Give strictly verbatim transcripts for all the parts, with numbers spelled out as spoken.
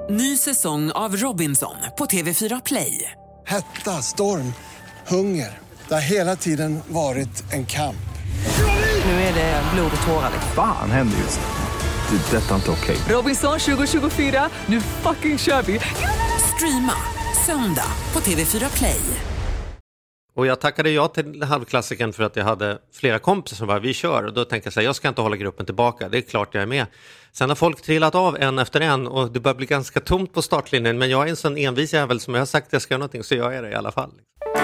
Ny säsong av Robinson på T V fyra Play. Hetta, storm, hunger. Det har hela tiden varit en kamp. Nu är det blod och tårar. Fan händer just det. Det är detta inte okej. Robinson tjugo tjugofyra, nu fucking kör vi. Streama söndag på T V fyra Play. Och jag tackade ja till halvklassiken för att jag hade flera kompisar som bara, vi kör. Och då tänkte jag så här, jag ska inte hålla gruppen tillbaka. Det är klart jag är med. Sen har folk trillat av en efter en och det börjar bli ganska tomt på startlinjen. Men jag är en sån envis jävel som jag har sagt att jag ska göra någonting, så jag är det i alla fall.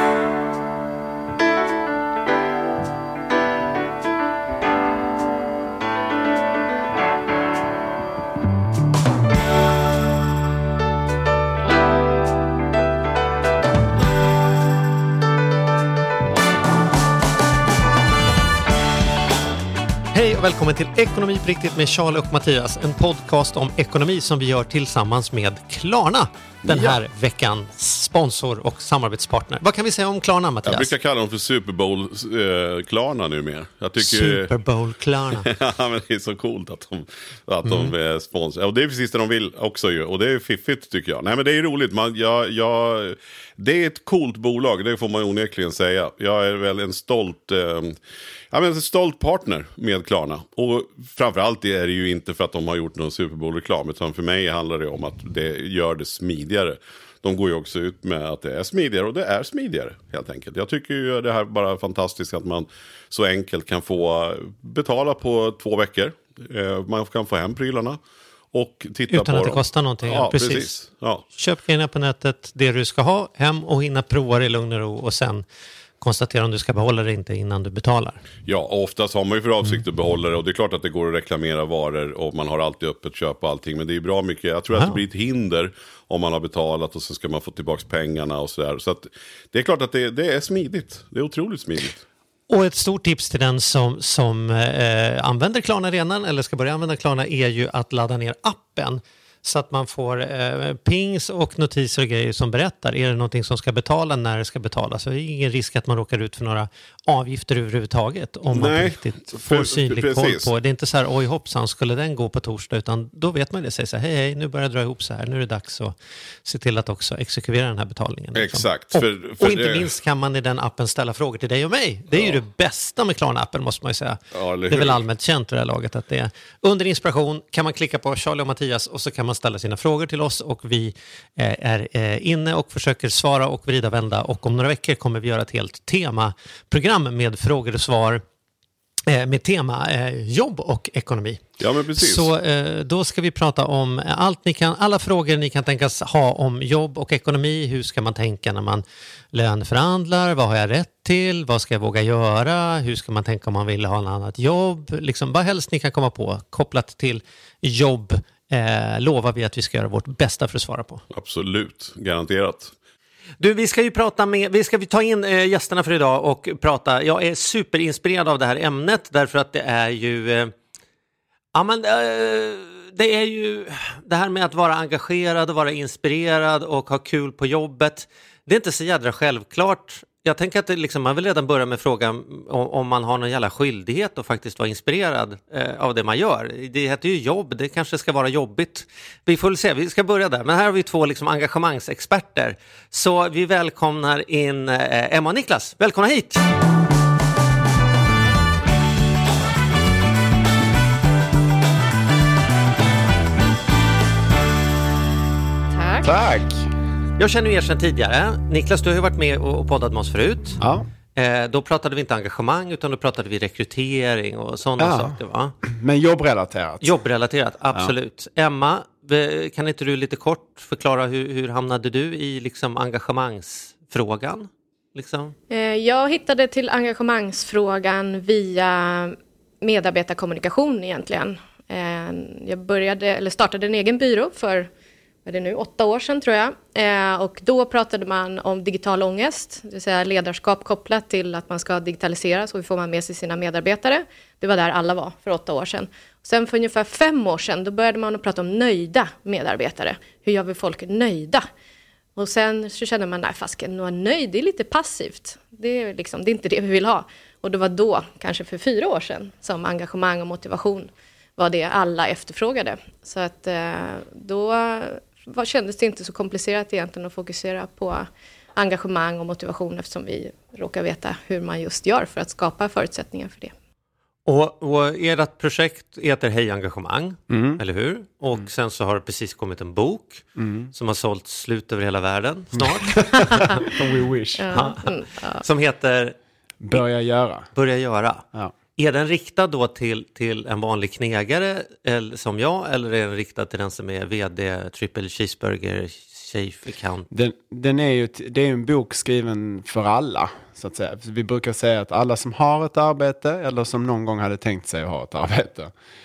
Hej och välkommen till Ekonomi på riktigt med Charlie och Mattias. En podcast om ekonomi som vi gör tillsammans med Klarna. Den här ja. veckan sponsor och samarbetspartner. Vad kan vi säga om Klarna, Mattias? Jag brukar kalla dem för Super Bowl eh, Klarna nu mer. Jag tycker, Super Bowl Klarna. Ja, men det är så coolt att de, att Mm. de är sponsor. Och det är precis det de vill också ju. Och det är fiffigt tycker jag. Nej men det är roligt. Man, jag, jag, det är ett coolt bolag, det får man onekligen säga. Jag är väl en stolt... Eh, Ja, men en stolt partner med Klarna. Och framförallt är det ju inte för att de har gjort någon Super Bowl-reklam, utan för mig handlar det om att det gör det smidigare. De går ju också ut med att det är smidigare, och det är smidigare helt enkelt. Jag tycker ju det här bara fantastiskt att man så enkelt kan få betala på två veckor. Man kan få hem prylarna och titta Utan på att det dem. kostar någonting. Ja, precis. precis. Ja. Köp grejerna på nätet, det du ska ha hem och hinna prova det i lugn och ro och sen konstatera om du ska behålla det inte innan du betalar. Ja, oftast har man ju för avsikt att behålla det, och det är klart att det går att reklamera varor och man har alltid öppet köp och allting, men det är bra mycket, jag tror att Aha. det blir ett hinder om man har betalat och så ska man få tillbaka pengarna och sådär. Så att det är klart att det, det är smidigt, det är otroligt smidigt. Och ett stort tips till den som, som eh, använder Klarna redan eller ska börja använda Klarna är ju att ladda ner appen. Så att man får eh, pings och notiser och grejer som berättar. Är det någonting som ska betala när det ska betalas? Så det är ingen risk att man råkar ut för några avgifter överhuvudtaget. Om man Nej, riktigt får för, synlig koll precis. på. Det är inte så här, oj hoppsan, skulle den gå på torsdag? Utan då vet man det. Säger så här, hej hej, nu börjar jag dra ihop så här. Nu är det dags att se till att också exekvera den här betalningen. Liksom. Exakt. Och, För, för och inte det... minst kan man i den appen ställa frågor till dig och mig. Det är Ja. ju det bästa med Klarna-appen, måste man ju säga. Ja, eller det är väl hur? allmänt känt i det här laget att det är. Under inspiration kan man klicka på Charlie och Mattias och så kan man ställa sina frågor till oss och vi eh, är eh, inne och försöker svara och vrida vända, och om några veckor kommer vi göra ett helt temaprogram med frågor och svar eh, med tema eh, jobb och ekonomi. Ja, men precis. Så eh, då ska vi prata om allt ni kan, alla frågor ni kan tänkas ha om jobb och ekonomi. Hur ska man tänka när man löneförhandlar? Vad har jag rätt till? Vad ska jag våga göra? Hur ska man tänka om man vill ha ett annat jobb? Liksom, vad helst ni kan komma på kopplat till jobb eh, lovar vi att vi ska göra vårt bästa för att svara på. Absolut, garanterat. Du, vi ska ju prata med, vi ska vi ta in eh, gästerna för idag och prata. Jag är superinspirerad av det här ämnet därför att det är ju eh, ja men eh, det är ju det här med att vara engagerad och vara inspirerad och ha kul på jobbet. Det är inte så jädra självklart. Jag tänker att det liksom, man vill redan börja med frågan om, om man har någon jävla skyldighet att faktiskt vara inspirerad eh, av det man gör. Det heter ju jobb, det kanske ska vara jobbigt. Vi får väl se, vi ska börja där. Men här har vi två liksom engagemangsexperter. Så vi välkomnar in eh, Emma och Niklas. Välkomna hit! Tack. Tack! Jag känner ju er sedan tidigare. Niklas, du har ju varit med och poddat med oss förut. Ja. Eh, då pratade vi inte engagemang utan då pratade vi rekrytering och sådana Ja. saker, va? Men jobbrelaterat. Jobbrelaterat, absolut. Ja. Emma, kan inte du lite kort förklara hur, hur hamnade du i liksom engagemangsfrågan? Liksom? Eh, Jag hittade till engagemangsfrågan via medarbetarkommunikation egentligen. Eh, Jag började, eller startade en egen byrå för vad är det nu, åtta år sedan tror jag. Eh, och då pratade man om digital ångest, det vill säga ledarskap kopplat till att man ska digitalisera, så får man med sig sina medarbetare. Det var där alla var för åtta år sedan. Sen för ungefär fem år sedan, då började man att prata om nöjda medarbetare. Hur gör vi folk nöjda? Och sen så kände man, nej fasken, vara nöjd, det är lite passivt. Det är, liksom, det är inte det vi vill ha. Och det var då, kanske för fyra år sedan, som engagemang och motivation var det alla efterfrågade. Så att då var, kändes det inte så komplicerat egentligen att fokusera på engagemang och motivation eftersom vi råkar veta hur man just gör för att skapa förutsättningar för det. Och, och ert projekt heter Hej Engagemang, Mm. eller hur? Och mm. sen så har det precis kommit en bok mm. som har sålt slut över hela wärlden snart. We wish. Ja. Mm, ja. Som heter Börja göra. Börja göra. Ja. Är den riktad då till, till en vanlig knegare eller, som jag, eller är den riktad till den som är vd, triple cheeseburger, safe account? Den, den är ju, det är en bok skriven för alla, så att säga. Vi brukar säga att alla som har ett arbete eller som någon gång hade tänkt sig att ha ett arbete.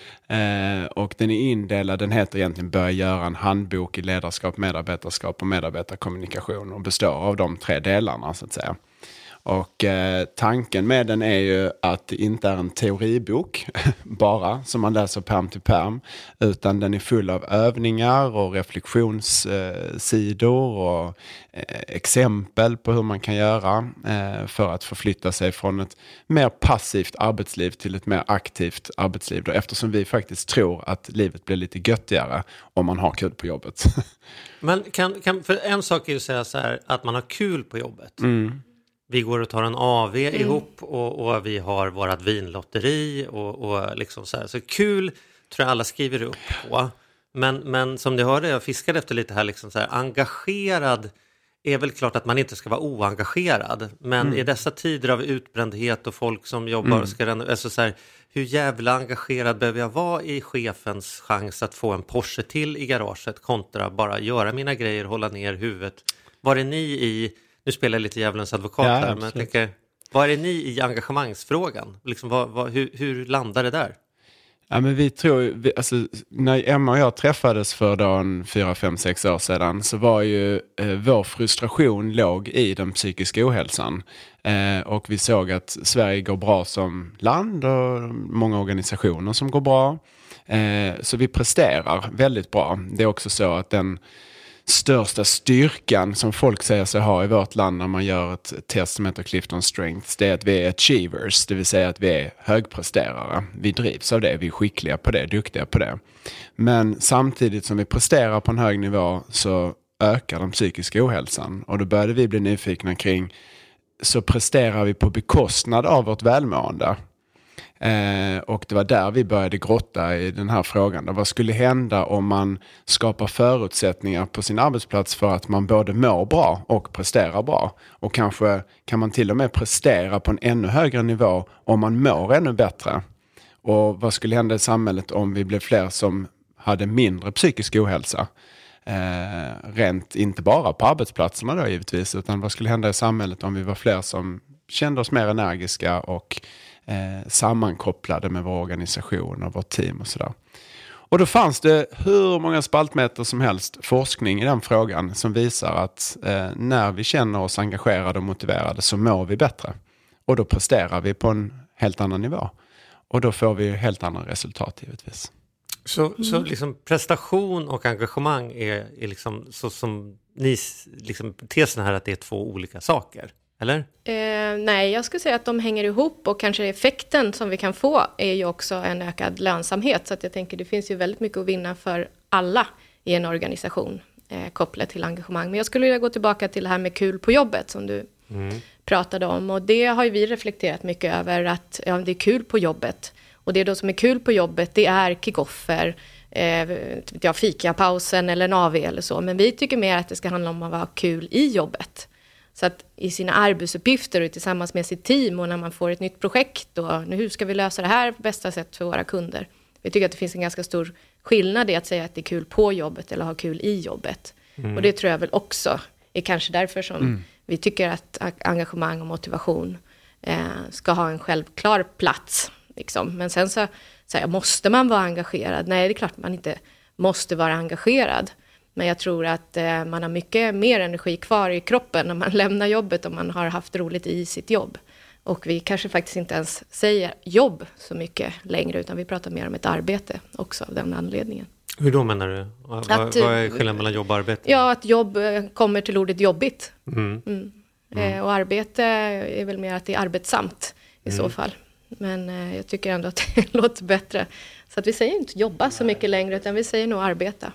Eh, och den är indelad, den heter egentligen Börja göra, en handbok i ledarskap, medarbetarskap och medarbetarkommunikation och består av de tre delarna, så att säga. Och eh, tanken med den är ju att det inte är en teoribok bara som man läser perm till perm, utan den är full av övningar och reflektionssidor eh, och eh, exempel på hur man kan göra eh, för att förflytta sig från ett mer passivt arbetsliv till ett mer aktivt arbetsliv då, eftersom vi faktiskt tror att livet blir lite göttigare om man har kul på jobbet. Men kan, kan, för en sak är ju att säga så här att man har kul på jobbet. Mm. Vi går och tar en A V mm. ihop och, och vi har vårat vinlotteri och, och liksom så här. Så kul tror jag alla skriver upp på. Men, men som ni hörde, jag fiskade efter lite här, liksom så här, engagerad är väl klart att man inte ska vara oengagerad. Men mm. i dessa tider av utbrändhet och folk som jobbar mm. ska den, alltså så här, hur jävla engagerad behöver jag vara i chefens chans att få en Porsche till i garaget kontra bara göra mina grejer, hålla ner huvudet. Var är ni i... Nu spelar jag lite djävulens advokat ja, här, absolut. Men jag tänker, vad är ni i engagemangsfrågan? Liksom, vad, vad, hur, hur landar det där? Ja, men vi tror, vi, alltså, när Emma och jag träffades för då en fyra, fem, sex år sedan så var ju eh, vår frustration låg i den psykiska ohälsan. Eh, och vi såg att Sverige går bra som land och många organisationer som går bra. Eh, så vi presterar väldigt bra. Det är också så att den största styrkan som folk säger sig ha i vårt land när man gör ett test som heter Clifton Strengths, det är att vi är achievers, det vill säga att vi är högpresterare. Vi drivs av det, vi är skickliga på det, duktiga på det. Men samtidigt som vi presterar på en hög nivå så ökar den psykiska ohälsan. Och då började vi bli nyfikna kring, så presterar vi på bekostnad av vårt välmående? Eh, och det var där vi började grotta i den här frågan. Vad skulle hända om man skapar förutsättningar på sin arbetsplats för att man både mår bra och presterar bra? Och kanske kan man till och med prestera på en ännu högre nivå om man mår ännu bättre. Och vad skulle hända i samhället om vi blev fler som hade mindre psykisk ohälsa? Eh, rent inte bara på arbetsplatserna då givetvis, utan vad skulle hända i samhället om vi var fler som kände oss mer energiska och Eh, sammankopplade med vår organisation och vårt team och sådär. Och då fanns det hur många spaltmeter som helst forskning i den frågan som visar att eh, när vi känner oss engagerade och motiverade så mår vi bättre. Och då presterar vi på en helt annan nivå. Och då får vi helt andra resultat givetvis. Så, mm. så liksom prestation och engagemang är, är liksom så som ni liksom tesen här att det är två olika saker? Eller? Eh, nej, jag skulle säga att de hänger ihop och kanske effekten som vi kan få är ju också en ökad lönsamhet. Så att jag tänker det finns ju väldigt mycket att vinna för alla i en organisation eh, kopplat till engagemang. Men jag skulle vilja gå tillbaka till det här med kul på jobbet som du mm. pratade om. Och det har ju vi reflekterat mycket över att ja, det är kul på jobbet. Och det då som är kul på jobbet det är kickoffer, eh, ja, fikapausen eller en A V eller så. Men vi tycker mer att det ska handla om att vara kul i jobbet. Så att i sina arbetsuppgifter och tillsammans med sitt team och när man får ett nytt projekt och nu hur ska vi lösa det här på bästa sätt för våra kunder. Vi tycker att det finns en ganska stor skillnad i att säga att det är kul på jobbet eller ha kul i jobbet. Mm. Och det tror jag väl också är kanske därför som mm. vi tycker att engagemang och motivation eh, ska ha en självklar plats. Liksom. Men sen så, så här, måste man vara engagerad? Nej, det är klart man inte måste vara engagerad. Men jag tror att eh, man har mycket mer energi kvar i kroppen när man lämnar jobbet och man har haft roligt i sitt jobb. Och vi kanske faktiskt inte ens säger jobb så mycket längre utan vi pratar mer om ett arbete också av den anledningen. Hur då menar du? Vad, att, vad är skillnaden mellan jobb och arbete? Ja, att jobb kommer till ordet jobbigt. Mm. Mm. Mm. Eh, och arbete är väl mer att det är arbetsamt i mm. så fall. Men eh, jag tycker ändå att det låter bättre. Så att vi säger inte jobba så mycket längre utan vi säger nog arbeta.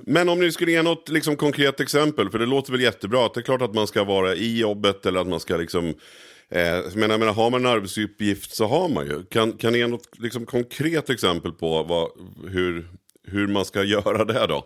Men om ni skulle ge något liksom konkret exempel, för det låter väl jättebra att det är klart att man ska vara i jobbet eller att man ska liksom, eh, men jag menar, har man en arbetsuppgift så har man ju. Kan, kan ni ge något liksom konkret exempel på vad, hur, hur man ska göra det då?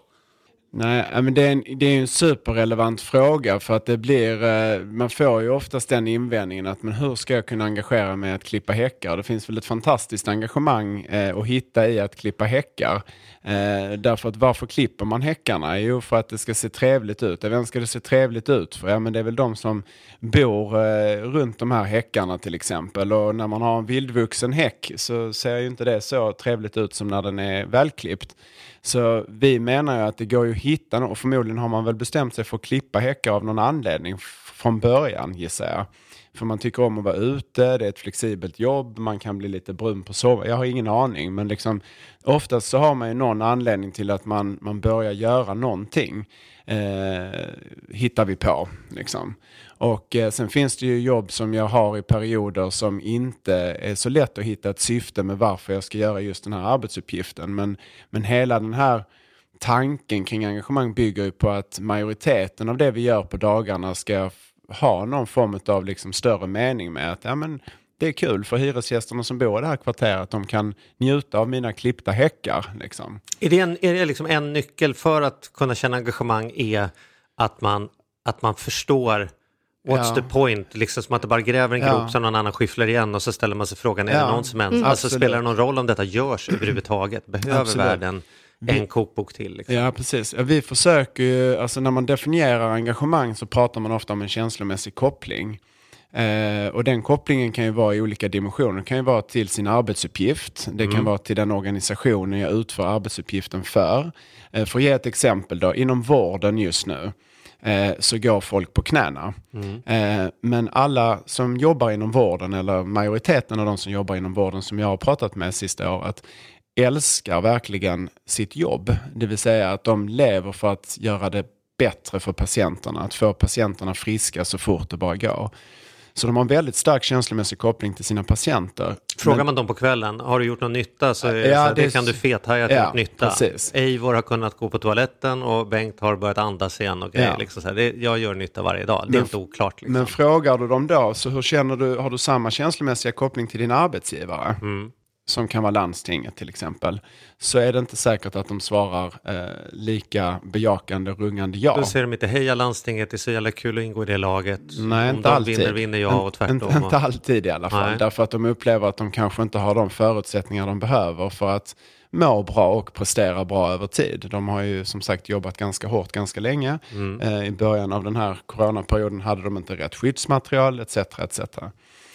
Nej, men det är, en, det är en superrelevant fråga, för att det blir, man får ju oftast den invändningen att men hur ska jag kunna engagera mig att klippa häckar? Det finns väl ett fantastiskt engagemang eh, att hitta i att klippa häckar. Eh, därför att varför klipper man häckarna? Jo, för att det ska se trevligt ut. Vem ska det se trevligt ut för? Ja, men det är väl de som bor eh, runt de här häckarna till exempel. Och när man har en vildvuxen häck så ser ju inte det så trevligt ut som när den är välklippt. Så vi menar ju att det går ju att hitta, och förmodligen har man väl bestämt sig för att klippa häckar av någon anledning f- från början, gissar jag. För man tycker om att vara ute, det är ett flexibelt jobb, man kan bli lite brun på sova. Jag har ingen aning, men liksom, oftast så har man ju någon anledning till att man, man börjar göra någonting. Eh, hittar vi på, liksom. Och eh, sen finns det ju jobb som jag har i perioder som inte är så lätt att hitta ett syfte med varför jag ska göra just den här arbetsuppgiften. Men, men hela den här tanken kring engagemang bygger ju på att majoriteten av det vi gör på dagarna ska f- ha någon form av liksom större mening med att ja, men det är kul för hyresgästerna som bor i det här kvarteret att de kan njuta av mina klippta häckar. Liksom. Är det, en, är det liksom en nyckel för att kunna känna engagemang är att man, att man förstår what's ja. the point? Liksom som att det bara gräver en grop ja. som någon annan skyfflar igen och så ställer man sig frågan, är ja. det någon som ens? Mm. Alltså Absolut. spelar det någon roll om detta görs överhuvudtaget? Behöver Absolut. världen en kokbok till? Liksom? Ja, precis. Ja, vi försöker ju, alltså när man definierar engagemang så pratar man ofta om en känslomässig koppling. Eh, och den kopplingen kan ju vara i olika dimensioner. Det kan ju vara till sin arbetsuppgift. Det kan Mm. vara till den organisationen jag utför arbetsuppgiften för. Eh, för att ge ett exempel då, inom vården just nu eh, så går folk på knäna. Mm. Eh, men alla som jobbar inom vården, eller majoriteten av de som jobbar inom vården som jag har pratat med sista året, älskar verkligen sitt jobb. Det vill säga att de lever för att göra det bättre för patienterna. Att få patienterna friska så fort det bara går. Så de har en väldigt stark känslomässig koppling till sina patienter. Frågar Men, man dem på kvällen, har du gjort någon nytta? Så, är Ja, så det, det- kan du fethaja att ja, du gjort nytta. precis. Eivor har kunnat gå på toaletten och Bengt har börjat andas igen och grejer. Ja. Liksom så här. Det, jag gör nytta varje dag, det är Men- inte oklart. Liksom. men frågar du dem då, så hur känner du, har du samma känslomässiga koppling till din arbetsgivare? Mm. Som kan vara landstinget till exempel. Så är det inte säkert att de svarar eh, lika bejakande, rungande ja. Då säger de inte, heja landstinget, det är så jävla kul att ingå i det laget. Nej, Om inte de alltid. vinner, vinner jag och tvärtom. Inte, inte alltid i alla fall. Nej. Därför att de upplever att de kanske inte har de förutsättningar de behöver för att må bra och prestera bra över tid. De har ju som sagt jobbat ganska hårt ganska länge. Mm. Eh, I början av den här coronaperioden hade de inte rätt skyddsmaterial et cetera et cetera.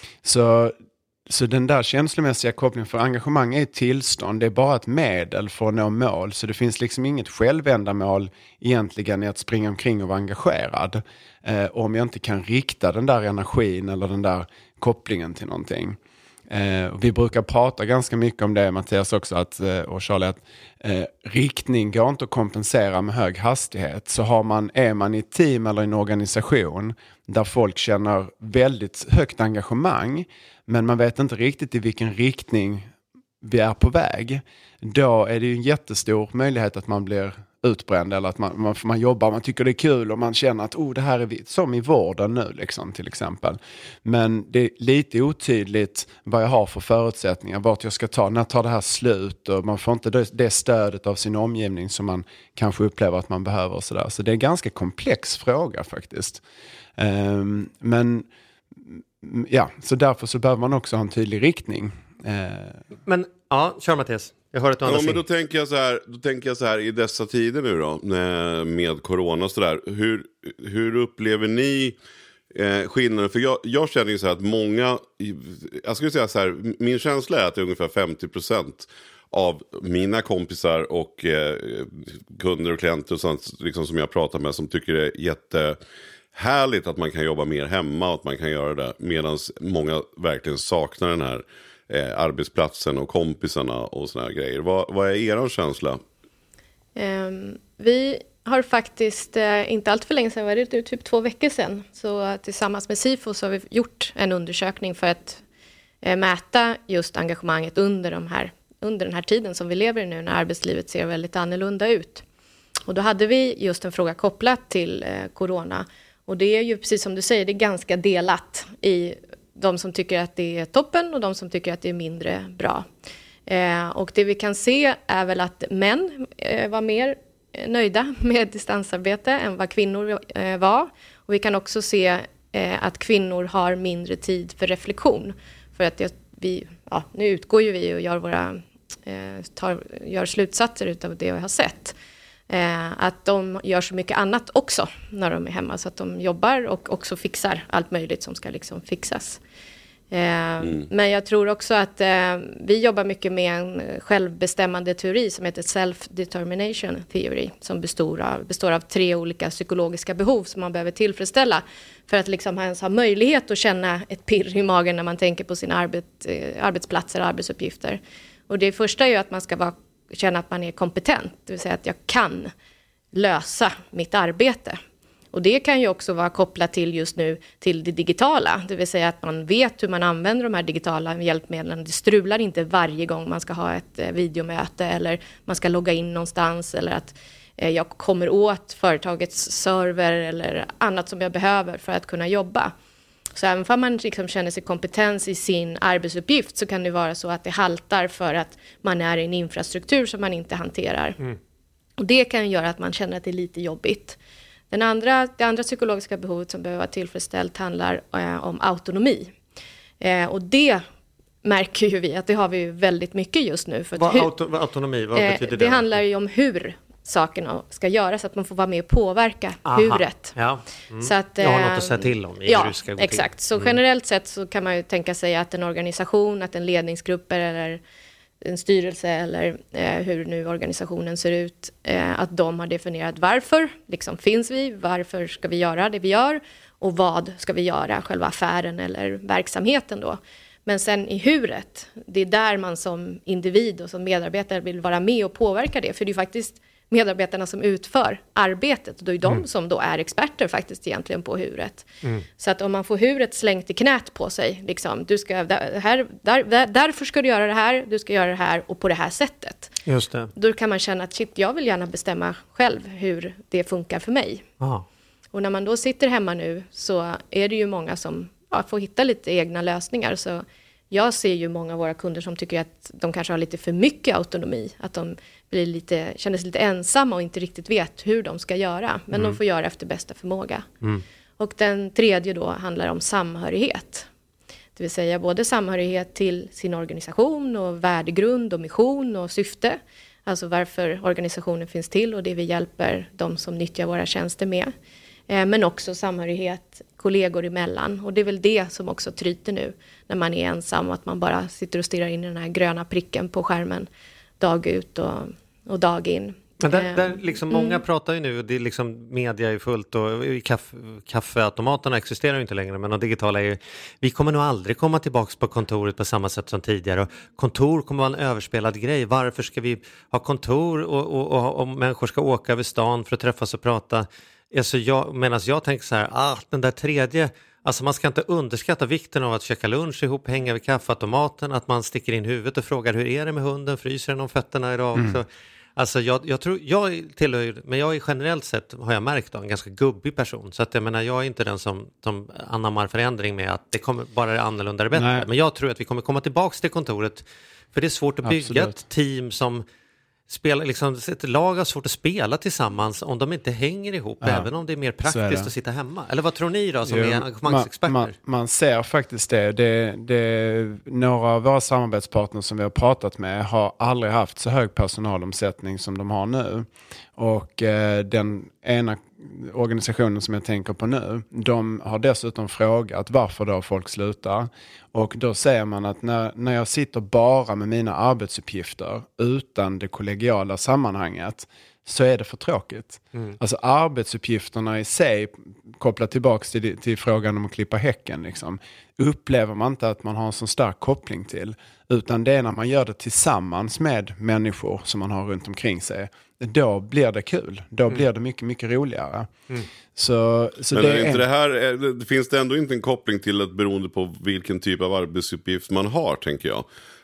Så Så den där känslomässiga kopplingen, för engagemang är ett tillstånd, det är bara ett medel för att nå mål. Så det finns liksom inget självändamål egentligen i att springa omkring och vara engagerad. Eh, om jag inte kan rikta den där energin eller den där kopplingen till någonting. Eh, och vi brukar prata ganska mycket om det, Mattias också, att, eh, och Charlie, att eh, riktning går inte att kompensera med hög hastighet. Så har man, är man i ett team eller en organisation där folk känner väldigt högt engagemang, men man vet inte riktigt i vilken riktning vi är på väg, då är det ju en jättestor möjlighet att man blir utbränd, eller att man, man, man jobbar, man tycker det är kul och man känner att oh, det här är vi, som i vården nu liksom, till exempel. Men det är lite otydligt vad jag har för förutsättningar, vart jag ska ta, när tar det här slut, och man får inte det, det stödet av sin omgivning som man kanske upplever att man behöver och sådär. Så det är en ganska komplex fråga faktiskt. Um, men ja, så därför så behöver man också ha en tydlig riktning. Uh, Men ja, kör Mattias. Jag hör att du Ja, andas men då in. tänker jag så här, då tänker jag så här i dessa tider nu då, med, med corona och sådär. Hur, hur upplever ni eh, skillnaden? För jag, jag känner ju så här att många, jag skulle säga så här, min känsla är att det är ungefär femtio procent av mina kompisar och eh, kunder och klienter och sånt liksom, som jag pratar med, som tycker det är jättehärligt att man kan jobba mer hemma och att man kan göra det, medan många verkligen saknar den här Eh, arbetsplatsen och kompisarna och såna här grejer. Vad, vad är er känsla? Um, vi har faktiskt, uh, inte allt för länge sedan, var det ut typ två veckor sedan, så uh, tillsammans med SIFO så har vi gjort en undersökning för att uh, mäta just engagemanget under, de här, under den här tiden som vi lever i nu, när arbetslivet ser väldigt annorlunda ut. Och då hade vi just en fråga kopplat till eh, corona. Och det är ju precis som du säger, det är ganska delat i de som tycker att det är toppen och de som tycker att det är mindre bra. Eh, och det vi kan se är väl att män eh, var mer nöjda med distansarbete än vad kvinnor eh, var. Och vi kan också se eh, att kvinnor har mindre tid för reflektion. För att det, vi, ja, nu utgår ju vi och gör, våra, eh, tar, gör slutsatser utav det vi har sett. Eh, att de gör så mycket annat också när de är hemma. Så att de jobbar och också fixar allt möjligt som ska liksom fixas. Eh, mm. Men jag tror också att eh, vi jobbar mycket med en självbestämmande teori som heter self-determination theory. Som består av, består av tre olika psykologiska behov som man behöver tillfredsställa. För att liksom ens ha möjlighet att känna ett pirr i magen när man tänker på sina arbet, eh, arbetsplatser och arbetsuppgifter. Och det första är ju att man ska vara, känna att man är kompetent. Det vill säga att jag kan lösa mitt arbete. Och det kan ju också vara kopplat till just nu till det digitala. Det vill säga att man vet hur man använder de här digitala hjälpmedlen. Det strular inte varje gång man ska ha ett videomöte eller man ska logga in någonstans. Eller att jag kommer åt företagets server eller annat som jag behöver för att kunna jobba. Så även om man liksom känner sig kompetens i sin arbetsuppgift så kan det vara så att det haltar för att man är i en infrastruktur som man inte hanterar. Mm. Och det kan göra att man känner att det är lite jobbigt. Den andra, det andra psykologiska behovet som behöver vara tillfredsställt handlar eh, om autonomi. Eh, och det märker ju vi att det har vi ju väldigt mycket just nu. För vad hur, auto, autonomi, vad eh, betyder det? Det handlar ju om hur sakerna ska göras, så att man får vara med och påverka Aha. huret. Ja. Mm. Så att, jag har något att säga till om i ja, hur det ska gå exakt. till. Så mm. generellt sett så kan man ju tänka sig att en organisation, att en ledningsgrupp eller en styrelse eller eh, hur nu organisationen ser ut, eh, att de har definierat varför liksom finns vi, varför ska vi göra det vi gör och vad ska vi göra, själva affären eller verksamheten då. Men sen i huret, det är där man som individ och som medarbetare vill vara med och påverka det, för det är faktiskt medarbetarna som utför arbetet och då är de mm. som då är experter faktiskt egentligen på huret. Mm. Så att om man får huret slängt i knät på sig, liksom, du ska, där, här, där, där, därför ska du göra det här, du ska göra det här och på det här sättet. Just det. Då kan man känna att shit, jag vill gärna bestämma själv hur det funkar för mig. Aha. Och när man då sitter hemma nu så är det ju många som ja, får hitta lite egna lösningar. Så jag ser ju många av våra kunder som tycker att de kanske har lite för mycket autonomi. Att de blir lite, känner sig lite ensamma och inte riktigt vet hur de ska göra. Men mm. de får göra efter bästa förmåga. Mm. Och den tredje då handlar om samhörighet. Det vill säga både samhörighet till sin organisation och värdegrund och mission och syfte. Alltså varför organisationen finns till och det vi hjälper de som nyttjar våra tjänster med. Men också samhörighet kollegor emellan. Och det är väl det som också tryter nu när man är ensam. Att man bara sitter och stirrar in i den här gröna pricken på skärmen dag ut och, och dag in. Men där, där liksom mm. många pratar ju nu, det är liksom media är fullt och kaff, kaffeautomaterna existerar ju inte längre, men de digitala är ju, vi kommer nog aldrig komma tillbaka på kontoret på samma sätt som tidigare och kontor kommer vara en överspelad grej. Varför ska vi ha kontor och, och, och, och människor ska åka över stan för att träffas och prata? Alltså jag, medan jag tänker så här, ah, den där tredje, alltså man ska inte underskatta vikten av att käka lunch ihop, hänga vid kaffeautomaten, att man sticker in huvudet och frågar hur är det med hunden, fryser den om fötterna idag också? Mm. Alltså jag, jag tror, jag tillhör, men jag är generellt sett, har jag märkt då, en ganska gubbig person. Så att jag menar, jag är inte den som, som anammar förändring med att det kommer bara är annorlunda bättre. Nej. Men jag tror att vi kommer komma tillbaka till kontoret, för det är svårt att bygga Absolut. Ett team som spela, liksom, ett lag har svårt att spela tillsammans om de inte hänger ihop, ja, även om det är mer praktiskt att sitta hemma. Eller vad tror ni då som jo, är engagemangsexperter? Man, man, man ser faktiskt det. Det, det. Några av våra samarbetspartners som vi har pratat med har aldrig haft så hög personalomsättning som de har nu. Och eh, den ena organisationen som jag tänker på nu, de har dessutom frågat varför då folk slutar. Och då säger man att när, när jag sitter bara med mina arbetsuppgifter utan det kollegiala sammanhanget så är det för tråkigt. Mm. Alltså arbetsuppgifterna i sig, kopplat tillbaka till, till frågan om att klippa häcken, liksom, upplever man inte att man har en så stark koppling till. Utan det är när man gör det tillsammans med människor som man har runt omkring sig. Då blir det kul. Då mm. blir det mycket, mycket roligare. Mm. Så, så Men det är är inte det här, är, finns det ändå inte en koppling till att beroende på vilken typ av arbetsuppgift man har, tänker jag.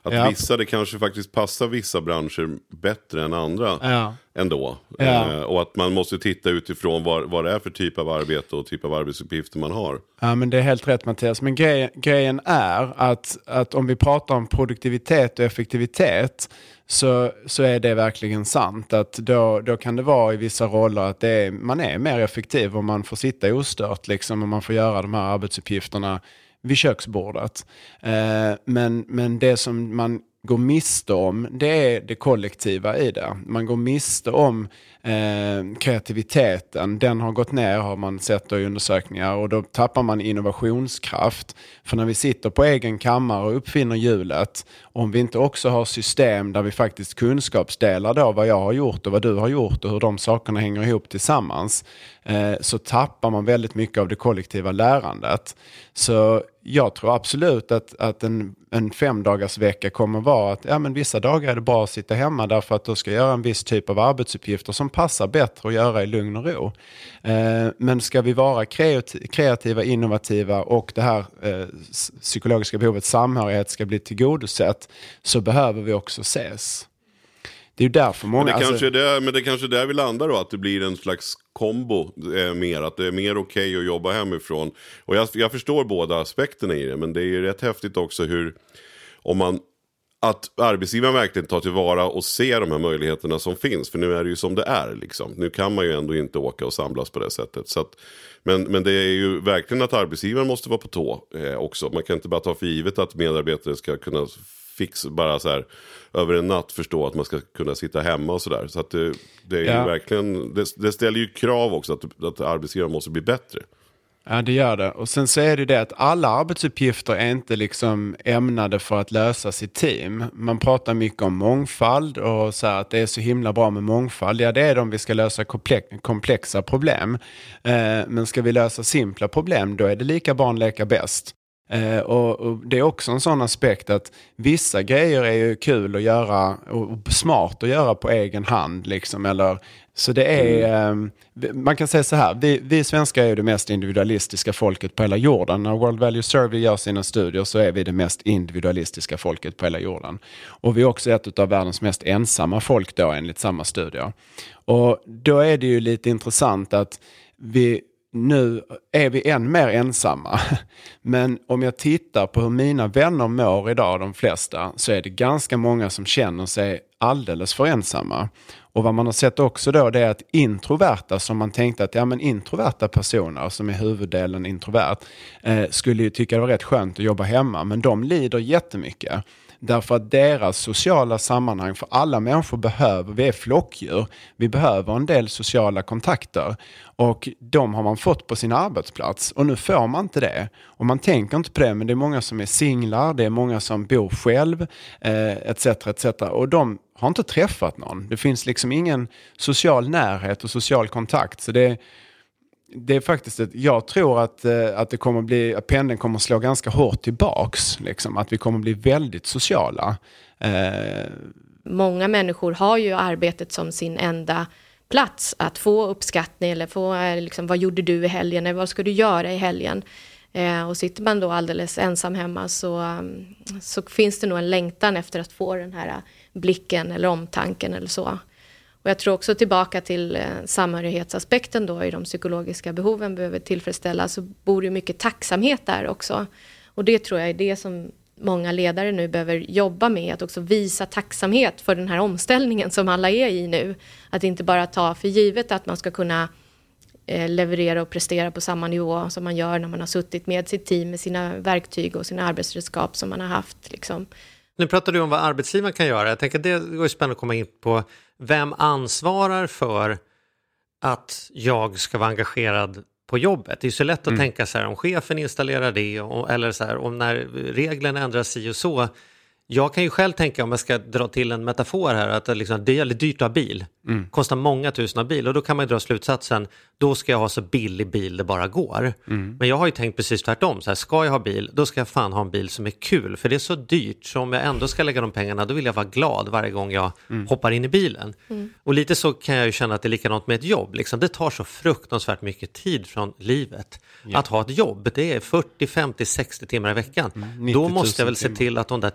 Att Ja. vissa, det kanske faktiskt passar vissa branscher bättre än andra Ja. ändå. Ja. Eh, och att man måste titta utifrån vad, vad det är för typ av arbete och typ av arbetsuppgifter man har. Ja, men det är helt rätt, Mattias. Men grej, grejen är att, att om vi pratar om produktivitet och effektivitet så, så är det verkligen sant. Att då, då kan det vara i vissa roller att det är, man är mer effektiv om man får sitta ostört liksom, och man får göra de här arbetsuppgifterna vid köksbordet. Eh, men, men det som man går miste om, det är det kollektiva i det. Man går miste om eh, kreativiteten. Den har gått ner, har man sett då i undersökningar, och då tappar man innovationskraft. För när vi sitter på egen kammare och uppfinner hjulet, om vi inte också har system där vi faktiskt kunskapsdelar då vad jag har gjort och vad du har gjort och hur de sakerna hänger ihop tillsammans, eh, så tappar man väldigt mycket av det kollektiva lärandet. Så jag tror absolut att, att en, en femdagars vecka kommer vara att ja, men vissa dagar är det bra att sitta hemma därför att du ska göra en viss typ av arbetsuppgifter som passar bättre att göra i lugn och ro. Eh, men ska vi vara kreativ, kreativa, innovativa och det här eh, psykologiska behovet samhörighet ska bli tillgodosett, så behöver vi också ses. Det är ju därför många... Men det, alltså, kanske är där, men det kanske är där vi landar då, att det blir en slags kombo eh, mer, att det är mer okej okay att jobba hemifrån. Och jag, jag förstår båda aspekterna i det, men det är ju rätt häftigt också hur, om man, att arbetsgivaren verkligen tar tillvara och ser de här möjligheterna som finns, för nu är det ju som det är liksom. Nu kan man ju ändå inte åka och samlas på det sättet. Så att, men, men det är ju verkligen att arbetsgivaren måste vara på tå eh, också. Man kan inte bara ta för givet att medarbetare ska kunna fix bara så här över en natt förstå att man ska kunna sitta hemma och sådär. Så att det, det är ju Ja. verkligen, det, det ställer ju krav också att, att arbetsgivaren måste bli bättre. Ja, det gör det. Och sen så är det ju det att alla arbetsuppgifter är inte liksom ämnade för att lösas i team. Man pratar mycket om mångfald och så här att det är så himla bra med mångfald. Ja, det är de vi ska lösa komplex- komplexa problem. Eh, men ska vi lösa simpla problem, då är det lika barn leka bäst. Eh, och, och det är också en sån aspekt att vissa grejer är ju kul att göra och, och smart att göra på egen hand liksom, eller så det är mm. eh, man kan säga så här, vi, vi svenskar är ju det mest individualistiska folket på hela jorden. När World Value Survey gör sina studier så är vi det mest individualistiska folket på hela jorden, och vi är också ett av världens mest ensamma folk då enligt samma studier. Och då är det ju lite intressant att vi nu är vi än mer ensamma. Men om jag tittar på hur mina vänner mår idag, de flesta, så är det ganska många som känner sig alldeles för ensamma. Och vad man har sett också då, det är att introverta, som man tänkte att ja, men introverta personer som är huvuddelen introvert eh, skulle ju tycka det var rätt skönt att jobba hemma, men de lider jättemycket. Därför att deras sociala sammanhang, för alla människor behöver, vi är flockdjur, vi behöver en del sociala kontakter, och de har man fått på sin arbetsplats, och nu får man inte det. Och man tänker inte på det, men det är många som är singlar, det är många som bor själv, eh, et cetera et cetera. Och de har inte träffat någon. Det finns liksom ingen social närhet och social kontakt, så det Det är faktiskt ett, jag tror att, att det kommer bli, att pendeln kommer slå ganska hårt tillbaks, liksom, att vi kommer bli väldigt sociala. Eh. Många människor har ju arbetet som sin enda plats att få uppskattning eller få, liksom, vad gjorde du i helgen eller vad ska du göra i helgen? Eh, och sitter man då alldeles ensam hemma så, så finns det nog en längtan efter att få den här blicken eller omtanken eller så. Och jag tror också tillbaka till eh, samhörighetsaspekten då, i de psykologiska behoven behöver tillfredsställas, så bor ju mycket tacksamhet där också. Och det tror jag är det som många ledare nu behöver jobba med, att också visa tacksamhet för den här omställningen som alla är i nu. Att inte bara ta för givet att man ska kunna eh, leverera och prestera på samma nivå som man gör när man har suttit med sitt team, med sina verktyg och sina arbetsredskap som man har haft liksom. Nu pratar du om vad arbetsgivaren kan göra. Jag tänker att det går spännande att komma in på vem ansvarar för att jag ska vara engagerad på jobbet. Det är ju så lätt att mm. tänka så här, om chefen installerar det och, eller så här, om när reglerna ändras si och så. Jag kan ju själv tänka, om jag ska dra till en metafor här, att det, liksom, det är väldigt dyrt att ha bil. Mm. Kostar många tusen av bil, och då kan man ju dra slutsatsen, då ska jag ha så billig bil det bara går. Mm. Men jag har ju tänkt precis tvärtom, så här, ska jag ha bil, då ska jag fan ha en bil som är kul, för det är så dyrt, så om jag ändå ska lägga de pengarna, då vill jag vara glad varje gång jag mm. hoppar in i bilen. Mm. Och lite så kan jag ju känna att det är likadant med ett jobb. Liksom, det tar så fruktansvärt mycket tid från livet. Ja. Att ha ett jobb, det är fyrtio, femtio, sextio timmar i veckan. Mm. Då måste jag väl se till att de där timmarna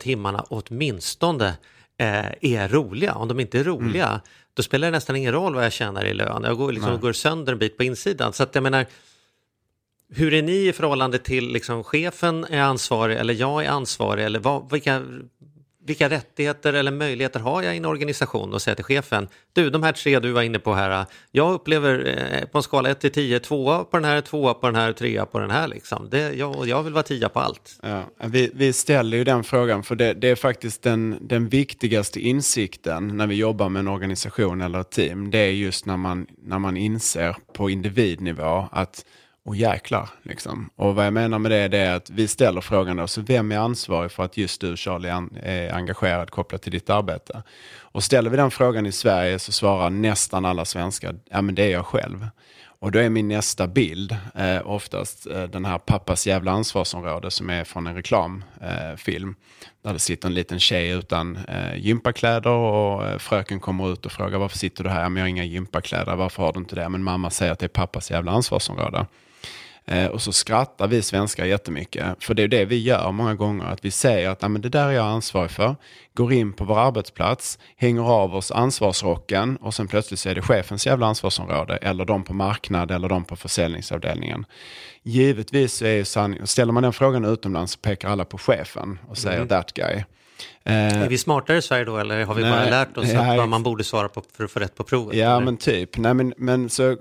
cheferna åtminstone eh, är roliga. Om de inte är roliga, mm. då spelar det nästan ingen roll vad jag tjänar i lön. Jag går, liksom, går sönder en bit på insidan. Så att jag menar, hur är ni i förhållande till liksom, chefen är ansvarig eller jag är ansvarig? Eller vad, vilka, vilka rättigheter eller möjligheter har jag i en organisation att säga till chefen? Du, de här tre du var inne på här, jag upplever eh, på en skala ett till tio, tvåa på den här, tvåa på den här, trea på den här. Liksom. Det, jag, jag vill vara tia på allt. Ja, vi, vi ställer ju den frågan för det, det är faktiskt den, den viktigaste insikten när vi jobbar med en organisation eller ett team. Det är just när man, när man inser på individnivå att och jäklar, liksom. Och vad jag menar med det, det är att vi ställer frågan då, så vem är ansvarig för att just du, Charlie, är engagerad kopplat till ditt arbete? Och ställer vi den frågan i Sverige så svarar nästan alla svenskar, ja men det är jag själv. Och då är min nästa bild eh, oftast eh, den här pappas jävla ansvarsområde som är från en reklamfilm. Eh, där det sitter en liten tjej utan eh, gympakläder och eh, fröken kommer ut och frågar varför sitter du här? Men jag har inga gympakläder, varför har du inte det? Men mamma säger att det är pappas jävla ansvarsområde. Eh, och så skrattar vi svenskar jättemycket. För det är det vi gör många gånger. Att vi säger att men det där är jag ansvarig för. Går in på vår arbetsplats. Hänger av oss ansvarsrocken. Och sen plötsligt så är det chefens jävla ansvarsområde. Eller de på marknad. Eller de på försäljningsavdelningen. Givetvis så är ju sanning. Ställer man den frågan utomlands så pekar alla på chefen. Och säger mm. that guy. Är vi smartare i Sverige då? Eller har vi nej, bara lärt oss nej, vad man borde svara på för att få rätt på provet? Ja eller? men typ. Nej men, men så...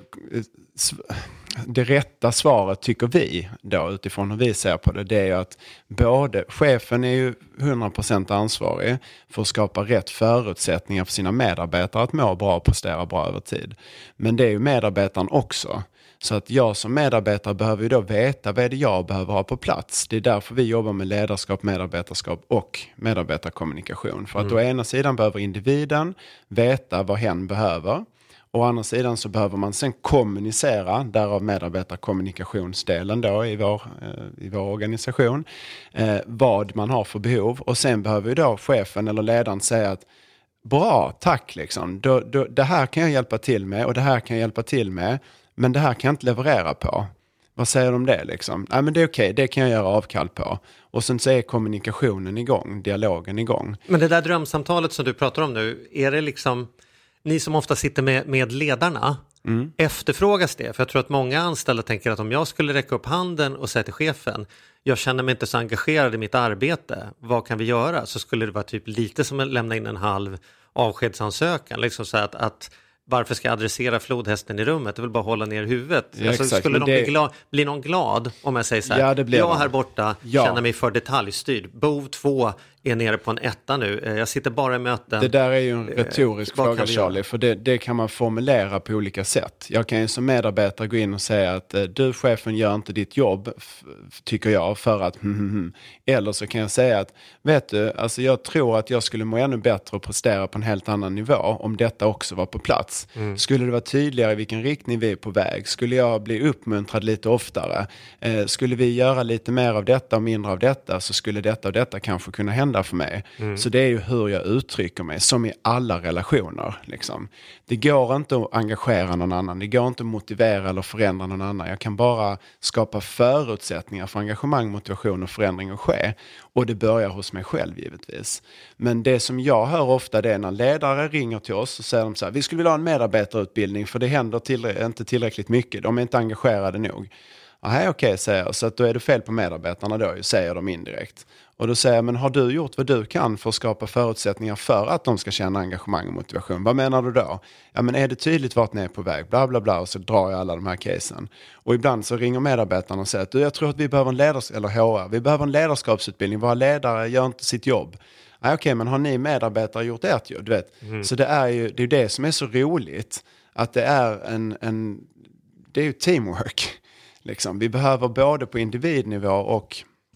Det rätta svaret tycker vi då utifrån hur vi ser på det, det är ju att både chefen är ju hundra procent ansvarig för att skapa rätt förutsättningar för sina medarbetare att må bra och prestera bra över tid. Men det är ju medarbetaren också. Så att jag som medarbetare behöver ju då veta vad är det jag behöver ha på plats. Det är därför vi jobbar med ledarskap, medarbetarskap och medarbetarkommunikation. För att mm. å ena sidan behöver individen veta vad hen behöver. Å andra sidan så behöver man sen kommunicera, därav medarbetarkommunikationsdelen då i vår, eh, i vår organisation, eh, vad man har för behov. Och sen behöver ju då chefen eller ledaren säga att bra, tack liksom. Då, då, det här kan jag hjälpa till med och det här kan jag hjälpa till med, men det här kan jag inte leverera på. Vad säger de om det liksom? Nej men det är okej, det kan jag göra avkall på. Och sen så är kommunikationen igång, dialogen igång. Men det där drömsamtalet som du pratar om nu, är det liksom... Ni som ofta sitter med, med ledarna, mm. efterfrågas det? För jag tror att många anställda tänker att om jag skulle räcka upp handen och säga till chefen, jag känner mig inte så engagerad i mitt arbete, vad kan vi göra? Så skulle det vara typ lite som att lämna in en halv avskedsansökan. Liksom så att, att varför ska jag adressera flodhästen i rummet? Det vill bara hålla ner huvudet. Ja, alltså, skulle de det... bli, glad, bli någon glad om jag säger så här, ja, det blir jag de. Här borta ja. Känner mig för detaljstyrd. Bov två är nere på en etta nu. Jag sitter bara i möten. Det där är ju en retorisk eh, fråga, Charlie. För det, det kan man formulera på olika sätt. Jag kan ju som medarbetare gå in och säga att eh, du chefen gör inte ditt jobb, f- tycker jag, för att hmm, hmm, hmm. Eller så kan jag säga att vet du, alltså jag tror att jag skulle må ännu bättre och prestera på en helt annan nivå om detta också var på plats. Mm. Skulle det vara tydligare i vilken riktning vi är på väg? Skulle jag bli uppmuntrad lite oftare? Eh, skulle vi göra lite mer av detta och mindre av detta, så skulle detta och detta kanske kunna hända för mig. Mm. Så det är ju hur jag uttrycker mig, som i alla relationer. Liksom. Det går inte att engagera någon annan. Det går inte att motivera eller förändra någon annan. Jag kan bara skapa förutsättningar för engagemang, motivation och förändring att ske. Och det börjar hos mig själv givetvis. Men det som jag hör ofta, det är när ledare ringer till oss och säger de så här, vi skulle vilja ha en medarbetarutbildning för det händer till, inte tillräckligt mycket. De är inte engagerade nog. Nej, okej, okay, säger jag. Så att då är det fel på medarbetarna då, säger de indirekt. Och då säger jag, men har du gjort vad du kan för att skapa förutsättningar för att de ska känna engagemang och motivation? Vad menar du då? Ja, men är det tydligt vart ni är på väg? Bla, bla, bla. Och så drar jag alla de här casen. Och ibland så ringer medarbetarna och säger att du, jag tror att vi behöver en leders- eller H R, vi behöver en ledarskapsutbildning. Våra ledare gör inte sitt jobb. Nej, okej, okay, men har ni medarbetare gjort ert jobb? Du vet. Mm. Så det är ju det, är det som är så roligt. Att det är en, en det är ju teamwork. Liksom. Vi behöver både på individnivå och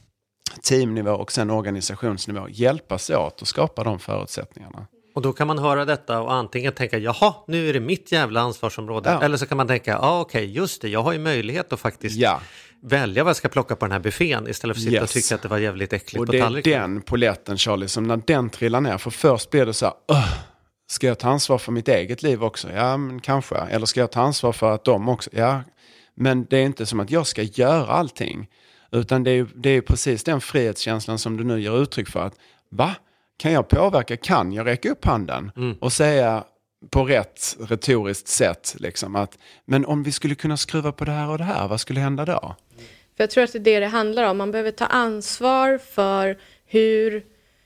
teamnivå och sen organisationsnivå hjälpas åt och skapa de förutsättningarna. Och då kan man höra detta och antingen tänka, jaha, nu är det mitt jävla ansvarsområde. Ja. Eller så kan man tänka, ja ah, okej, okay, just det, jag har ju möjlighet att faktiskt ja. välja vad jag ska plocka på den här buffén istället för att sitta yes. och tycka att det var jävligt äckligt och på tallriken. Och det är den poletten, Charlie, som när den trillar ner, för först blir det så här, uh, ska jag ta ansvar för mitt eget liv också? Ja, men kanske. Eller ska jag ta ansvar för att de också? Ja, men det är inte som att jag ska göra allting. Utan det är, det är precis den frihetskänslan som du nu ger uttryck för. Att, va? kan jag påverka? Kan jag räcka upp handen mm. och säga på rätt retoriskt sätt liksom att, men om vi skulle kunna skruva på det här och det här, vad skulle hända då? För jag tror att det är det det handlar om. Man behöver ta ansvar för hur,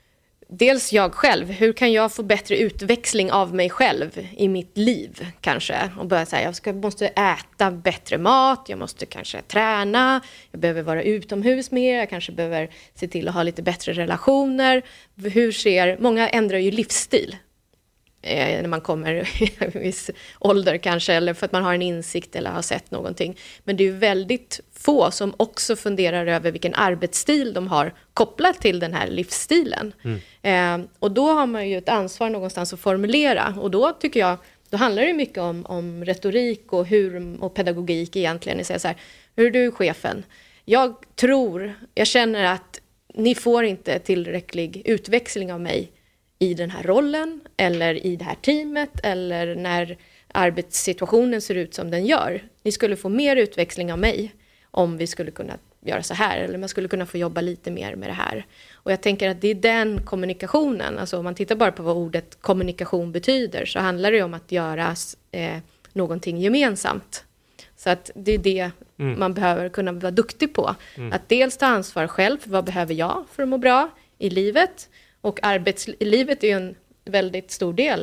dels jag själv, hur kan jag få bättre utväxling av mig själv i mitt liv kanske? Och börja säga, jag ska, måste äta bättre mat, jag måste kanske träna, jag behöver vara utomhus mer, jag kanske behöver se till att ha lite bättre relationer. Hur ser, många ändrar ju livsstil. När man kommer i en viss ålder kanske, eller för att man har en insikt eller har sett någonting. Men det är ju väldigt få som också funderar över vilken arbetsstil de har kopplat till den här livsstilen. Mm. Eh, och då har man ju ett ansvar någonstans att formulera. Och då tycker jag, då handlar det mycket om, om retorik och, hur, och pedagogik egentligen. Ni säger så här, hur är du chefen? Jag tror, jag känner att ni får inte tillräcklig utväxling av mig i den här rollen eller i det här teamet eller när arbetssituationen ser ut som den gör. Ni skulle få mer utväxling av mig om vi skulle kunna göra så här, eller man skulle kunna få jobba lite mer med det här. Och jag tänker att det är den kommunikationen, alltså om man tittar bara på vad ordet kommunikation betyder, så handlar det om att göra eh, någonting gemensamt. Så att det är det mm. man behöver kunna vara duktig på. Mm. Att dels ta ansvar själv för vad behöver jag för att må bra i livet. Och arbetslivet är ju en väldigt stor del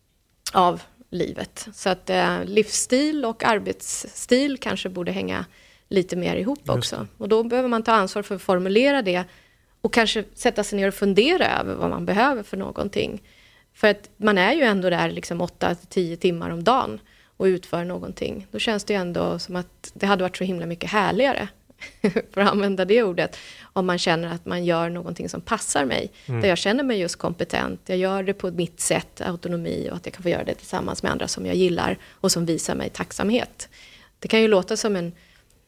av livet. Så att eh, livsstil och arbetsstil kanske borde hänga lite mer ihop också. Och då behöver man ta ansvar för att formulera det. Och kanske sätta sig ner och fundera över vad man behöver för någonting. För att man är ju ändå där liksom åtta till tio timmar om dagen och utför någonting. Då känns det ju ändå som att det hade varit så himla mycket härligare. För att använda det ordet, om man känner att man gör någonting som passar mig, mm. där jag känner mig just kompetent, jag gör det på mitt sätt, autonomi, och att jag kan få göra det tillsammans med andra som jag gillar och som visar mig tacksamhet. Det kan ju låta som en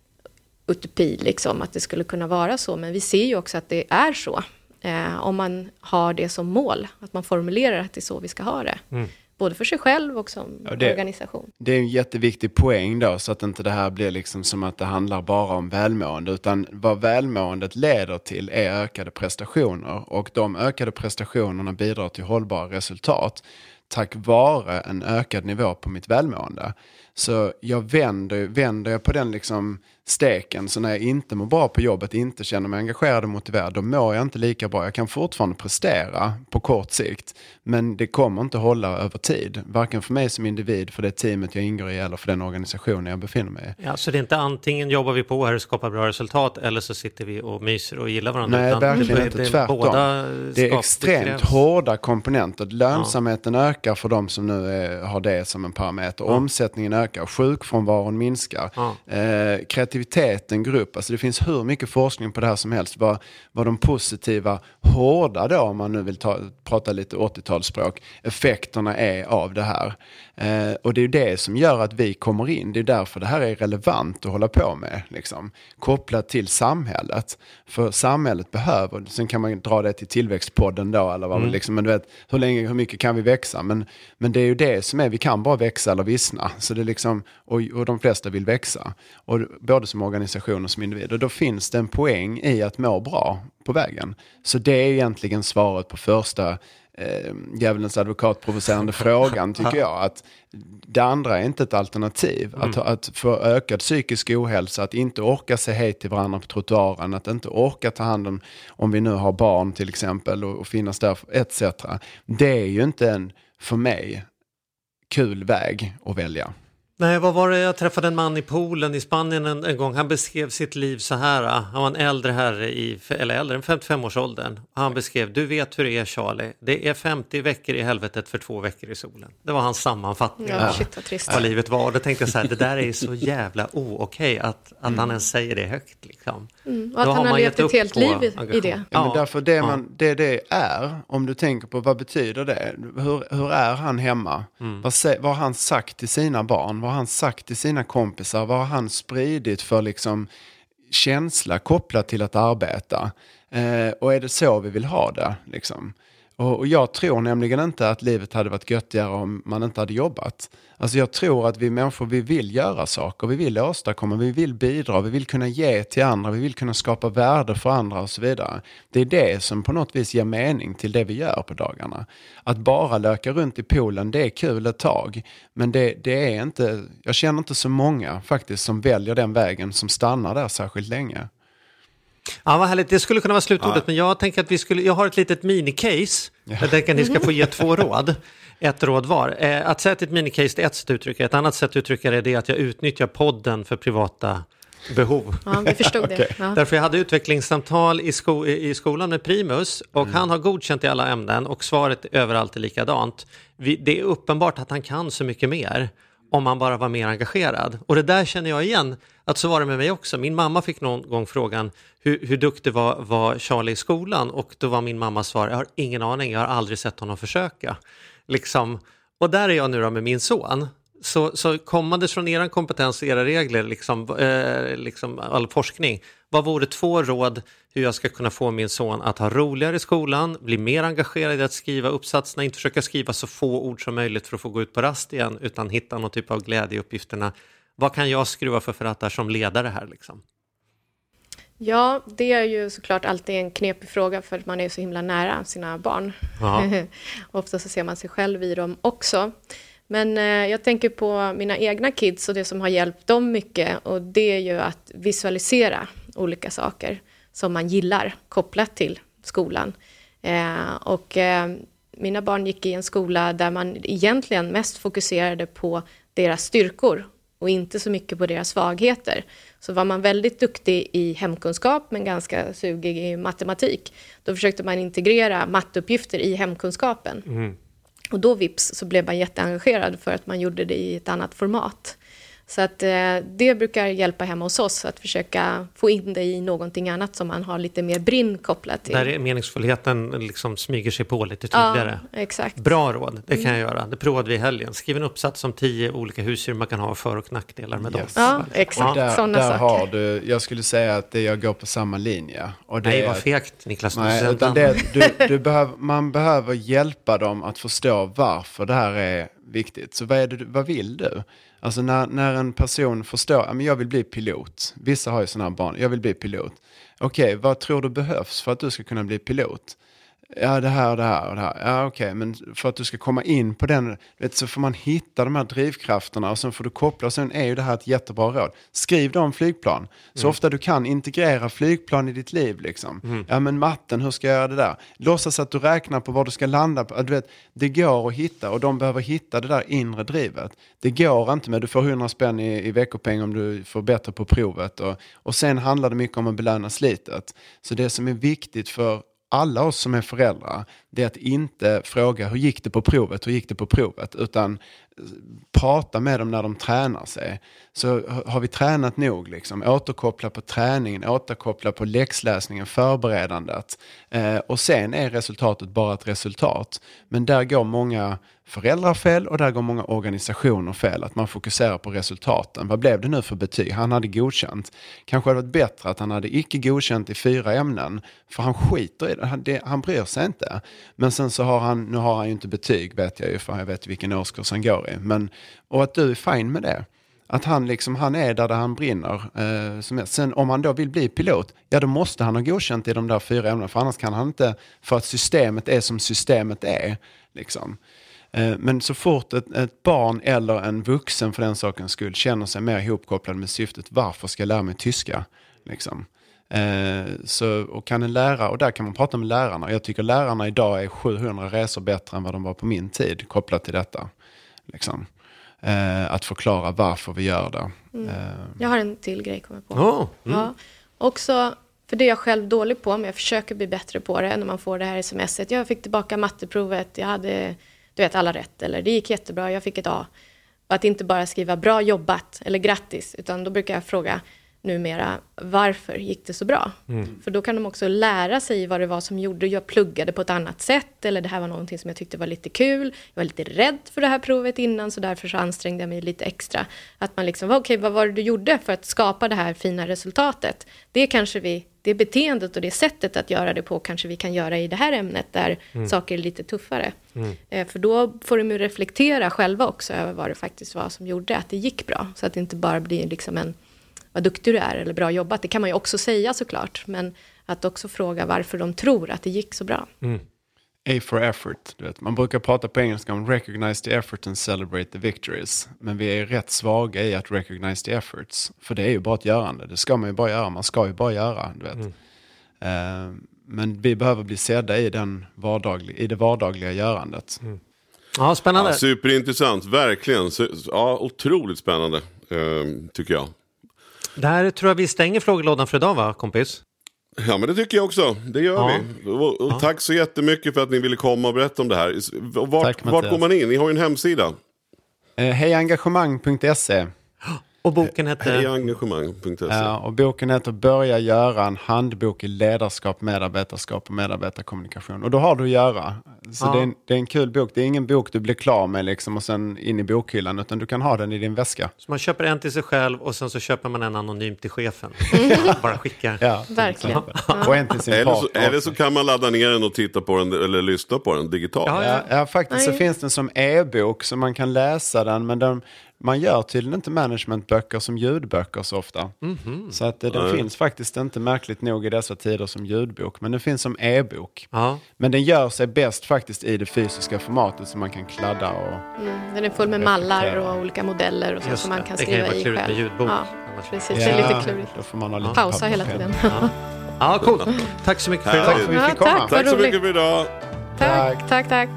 utopi liksom, att det skulle kunna vara så, men vi ser ju också att det är så, eh, om man har det som mål, att man formulerar att det är så vi ska ha det. Mm. Både för sig själv och som ja, det, organisation. Det är en jätteviktig poäng då, så att inte det här blir liksom som att det handlar bara om välmående, utan vad välmåendet leder till är ökade prestationer, och de ökade prestationerna bidrar till hållbara resultat tack vare en ökad nivå på mitt välmående. Så jag vänder, vänder jag på den liksom steken, så när jag inte mår bra på jobbet, inte känner mig engagerad och motiverad, då mår jag inte lika bra. Jag kan fortfarande prestera på kort sikt, men det kommer inte hålla över tid. Varken för mig som individ, för det teamet jag ingår i, eller för den organisationen jag befinner mig i. Ja, så det är inte antingen jobbar vi på här och skapar bra resultat, eller så sitter vi och myser och gillar varandra. Nej, utan verkligen det, inte. Det, tvärtom. Båda det är extremt hårda komponenter. Lönsamheten ja. ökar för de som nu är, har det som en parameter. Ja. Omsättningen ökar, sjukfrånvaron minskar. Ja. Eh, kreativiteten går upp. Alltså det finns hur mycket forskning på det här som helst. Vad, vad de positiva, hårda då, om man nu vill ta, prata lite åttiotalsspråk, effekterna är av det här. Eh, och det är det som gör att vi kommer in. Det är därför det här är relevant att hålla på med. Liksom. Kopplat till samhället. För samhället behöver, sen kan man dra det till tillväxtpodden då, eller vad mm. liksom, men du vet, hur länge, hur mycket kan vi växa? Men, men det är ju det som är, vi kan bara växa eller vissna. Så det är liksom, och, och de flesta vill växa. Och både som organisation och som individ. Och då finns det en poäng i att må bra på vägen. Så det är egentligen svaret på första eh, djävulens advokatprovocerande frågan, tycker jag. Att det andra är inte ett alternativ. Mm. Att, att få ökad psykisk ohälsa, att inte orka se hej till varandra på trottoaren, att inte orka ta hand om, om vi nu har barn till exempel, och, och finnas där et cetera. Det är ju inte en, för mig, kul väg att välja. Nej, vad var det? Jag träffade en man i Polen i Spanien en, en gång. Han beskrev sitt liv så här. Han var en äldre herre i, eller äldre än femtiofem-årsåldern. Han beskrev, du vet hur det är, Charlie. Det är femtio veckor i helvetet för två veckor i solen. Det var hans sammanfattning ja, shit, vad trist. Vad livet var. Och då tänkte jag så här, det där är så jävla o-okej att, att mm. han ens säger det högt. Liksom. Mm, och att då han har, har levt ett helt liv i det. Ja, men därför det, man, det det är, om du tänker på vad betyder det? Hur, hur är han hemma? Mm. Vad, vad har han sagt till sina barn? Vad har han sagt till sina kompisar? Vad har han spridit för liksom känsla kopplat till att arbeta? Eh, och är det så vi vill ha det? Liksom? Och, och jag tror nämligen inte att livet hade varit göttigare om man inte hade jobbat. Alltså jag tror att vi människor, vi vill göra saker, vi vill åstadkomma, vi vill bidra, vi vill kunna ge till andra, vi vill kunna skapa värde för andra och så vidare. Det är det som på något vis ger mening till det vi gör på dagarna. Att bara löka runt i poolen, det är kul ett tag, men det, det är inte, jag känner inte så många faktiskt som väljer den vägen, som stannar där särskilt länge. Ja, vad härligt. Det skulle kunna vara slutordet, ja. Men jag tänker att vi skulle, jag har ett litet minicase. Ja. Jag tänker att ni ska få ge två råd. Ett råd var. Eh, att säga till ett minicase, det är ett sätt att uttrycka. Ett annat sätt att uttrycka det är att jag utnyttjar podden för privata behov. Ja, vi förstod okay. det. Ja. Därför jag hade utvecklingssamtal i, sko- i skolan med Primus och mm. han har godkänt i alla ämnen och svaret överallt är likadant. Vi, det är uppenbart att han kan så mycket mer om han bara var mer engagerad. Och det där känner jag igen, att så var det med mig också. Min mamma fick någon gång frågan hur, hur duktig var, var Charlie i skolan, och då var min mammas svar, jag har ingen aning, jag har aldrig sett honom försöka. Liksom. Och där är jag nu då med min son. Så, så kommandes från er kompetens och era regler, liksom, eh, liksom all forskning, vad vore två råd hur jag ska kunna få min son att ha roligare i skolan, bli mer engagerad i att skriva uppsatserna, inte försöka skriva så få ord som möjligt för att få gå ut på rast igen, utan hitta någon typ av glädje i uppgifterna. Vad kan jag skruva för för att där som ledare här liksom? Ja, det är ju såklart alltid en knepig fråga för att man är så himla nära sina barn. Ofta så ser man sig själv i dem också. Men eh, jag tänker på mina egna kids och det som har hjälpt dem mycket, och det är ju att visualisera olika saker som man gillar kopplat till skolan. Eh, och eh, mina barn gick i en skola där man egentligen mest fokuserade på deras styrkor och inte så mycket på deras svagheter. Så var man väldigt duktig i hemkunskap men ganska sugig i matematik, då försökte man integrera matteuppgifter i hemkunskapen. Mm. Och då vips så blev man jätteengagerad för att man gjorde det i ett annat format. Så att eh, det brukar hjälpa hemma hos oss att försöka få in det i någonting annat som man har lite mer brinn kopplat till. Där är meningsfullheten liksom smyger sig på lite tydligare. Ja, exakt. Bra råd, det kan mm. jag göra. Det provade vi i helgen. Skriv en uppsats om tio olika husdjur man kan ha för- och nackdelar med yes. dem. Ja, exakt. Där, sådana där saker. Har du, jag skulle säga att det, jag går på samma linje. Och det nej, vad är, fegt, Niklas. Nej, utan det, du, du behöver, man behöver hjälpa dem att förstå varför det här är viktigt. Så vad, är det, vad vill du? Alltså när, när en person förstår, ja, men jag vill bli pilot. Vissa har ju sådana här barn, jag vill bli pilot. Okej, okay, vad tror du behövs för att du ska kunna bli pilot? Ja, det här och det här och det här. Ja, okej, okay, men för att du ska komma in på den, vet, så får man hitta de här drivkrafterna och sen får du koppla, och sen är ju det här ett jättebra råd. Skriv då om flygplan. Så mm. ofta du kan integrera flygplan i ditt liv liksom. Mm. Ja, men matten, hur ska jag göra det där? Låtsas att du räknar på var du ska landa på. Du vet, det går att hitta, och de behöver hitta det där inre drivet. Det går inte med, du får hundra spänn i, i veckopeng om du får bättre på provet. Och, och sen handlar det mycket om att belöna slitet. Så det som är viktigt för alla oss som är föräldrar, det är att inte fråga hur gick det på provet, hur gick det på provet, utan prata med dem när de tränar sig. Så har vi tränat nog, liksom, återkoppla på träningen, återkoppla på läxläsningen, förberedandet. Eh, och sen är resultatet bara ett resultat. Men där går många föräldrar fel och där går många organisationer fel. Att man fokuserar på resultaten. Vad blev det nu för betyg? Han hade godkänt. Kanske hade det varit bättre att han hade icke godkänt i fyra ämnen. För han skiter i det. Han, det, han bryr sig inte. Men sen så har han, nu har han ju inte betyg, vet jag ju, för jag vet vilken årskurs han går i. Men, och att du är fine med det. Att han liksom, han är där, där han brinner. Eh, som är. Sen om han då vill bli pilot, ja då måste han ha godkänt i de där fyra ämnena. För annars kan han inte, för att systemet är som systemet är. Liksom. Eh, men så fort ett, ett barn eller en vuxen för den sakens skull känner sig mer ihopkopplad med syftet, varför ska jag lära mig tyska? Liksom. Eh, så, och kan en lärare, och där kan man prata med lärarna. Jag tycker lärarna idag är sjuhundra resor bättre än vad de var på min tid kopplat till detta. Liksom. Eh, att förklara varför vi gör det. Mm. Eh. Jag har en till grej kommer på. Oh, mm. Ja. Också, för det är jag själv dålig på, men jag försöker bli bättre på det när man får det här smset. Jag fick tillbaka matteprovet, jag hade, du vet, alla rätt, eller det gick jättebra, jag fick ett A. Och att inte bara skriva bra jobbat eller grattis, utan då brukar jag fråga, numera, varför gick det så bra? Mm. För då kan de också lära sig vad det var som gjorde. Jag pluggade på ett annat sätt, eller det här var någonting som jag tyckte var lite kul. Jag var lite rädd för det här provet innan, så därför så ansträngde jag mig lite extra. Att man liksom, okej, okay, vad var det du gjorde för att skapa det här fina resultatet? Det kanske vi, det beteendet och det sättet att göra det på kanske vi kan göra i det här ämnet där mm. saker är lite tuffare. Mm. Eh, för då får de ju reflektera själva också över vad det faktiskt var som gjorde att det gick bra. Så att det inte bara blir liksom en vad duktig du är eller bra jobbat. Det kan man ju också säga såklart. Men att också fråga varför de tror att det gick så bra. Mm. A for effort. Du vet. Man brukar prata på engelska om recognize the effort and celebrate the victories. Men vi är rätt svaga i att recognize the efforts. För det är ju bara ett görande. Det ska man ju bara göra. Man ska ju bara göra. Du vet. Mm. Uh, men vi behöver bli sedda i, den vardaglig, i det vardagliga görandet. Mm. Ja, spännande. Ja, superintressant. Verkligen. Ja, otroligt spännande uh, tycker jag. Där tror jag vi stänger frågelådan för idag, va, kompis? Ja, men det tycker jag också. Det gör ja. vi. Och, och ja. Tack så jättemycket för att ni ville komma och berätta om det här. Vart, tack, vart går man in? Ni har ju en hemsida. Eh, hejengagemang punkt se. Och boken heter? hejengagemang punkt se. Ja, och boken heter Börja göra, en handbok i ledarskap, medarbetarskap och medarbetarkommunikation. Och då har du att göra. Så ja. det, är en, det är en kul bok. Det är ingen bok du blir klar med liksom, och sen in i bokhyllan, utan du kan ha den i din väska. Så man köper en till sig själv och sen så köper man en anonymt till chefen. Bara skickar. Ja, verkligen. Och en till sin eller, så, partner. eller så kan man ladda ner den och titta på den eller lyssna på den digitalt. Ja, ja. ja faktiskt så finns den som e-bok så man kan läsa den, men den man gör tydligen inte managementböcker som ljudböcker så ofta. Mm-hmm. Så att det, den mm. finns faktiskt inte märkligt nog i dessa tider som ljudbok. Men den finns som e-bok. Ja. Men den gör sig bäst faktiskt i det fysiska formatet så man kan kladda och... Mm, den är full med mallar och olika modeller och så som man kan skriva i själv. Det kan ju vara klurigt med ljudbok. Ja, precis. Ja, det är lite klurigt. Då får man ha lite pausa hela tiden. Ja, ja coolt. Tack så mycket för idag. Tack för att vi fick komma. Ja, tack, tack så mycket för idag. Tack, tack, tack.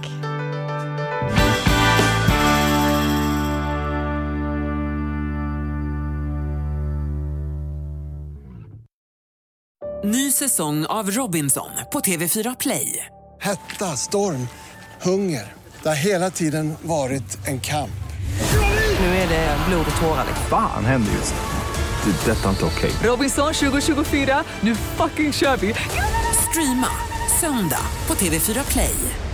Ny säsong av Robinson på T V fyra Play. Hetta, storm, hunger. Det har hela tiden varit en kamp. Nu är det blod och tårar. Fan händer just det. Det är detta inte okej. Robinson tjugo tjugofyra, nu fucking kör vi. Streama söndag på T V fyra Play.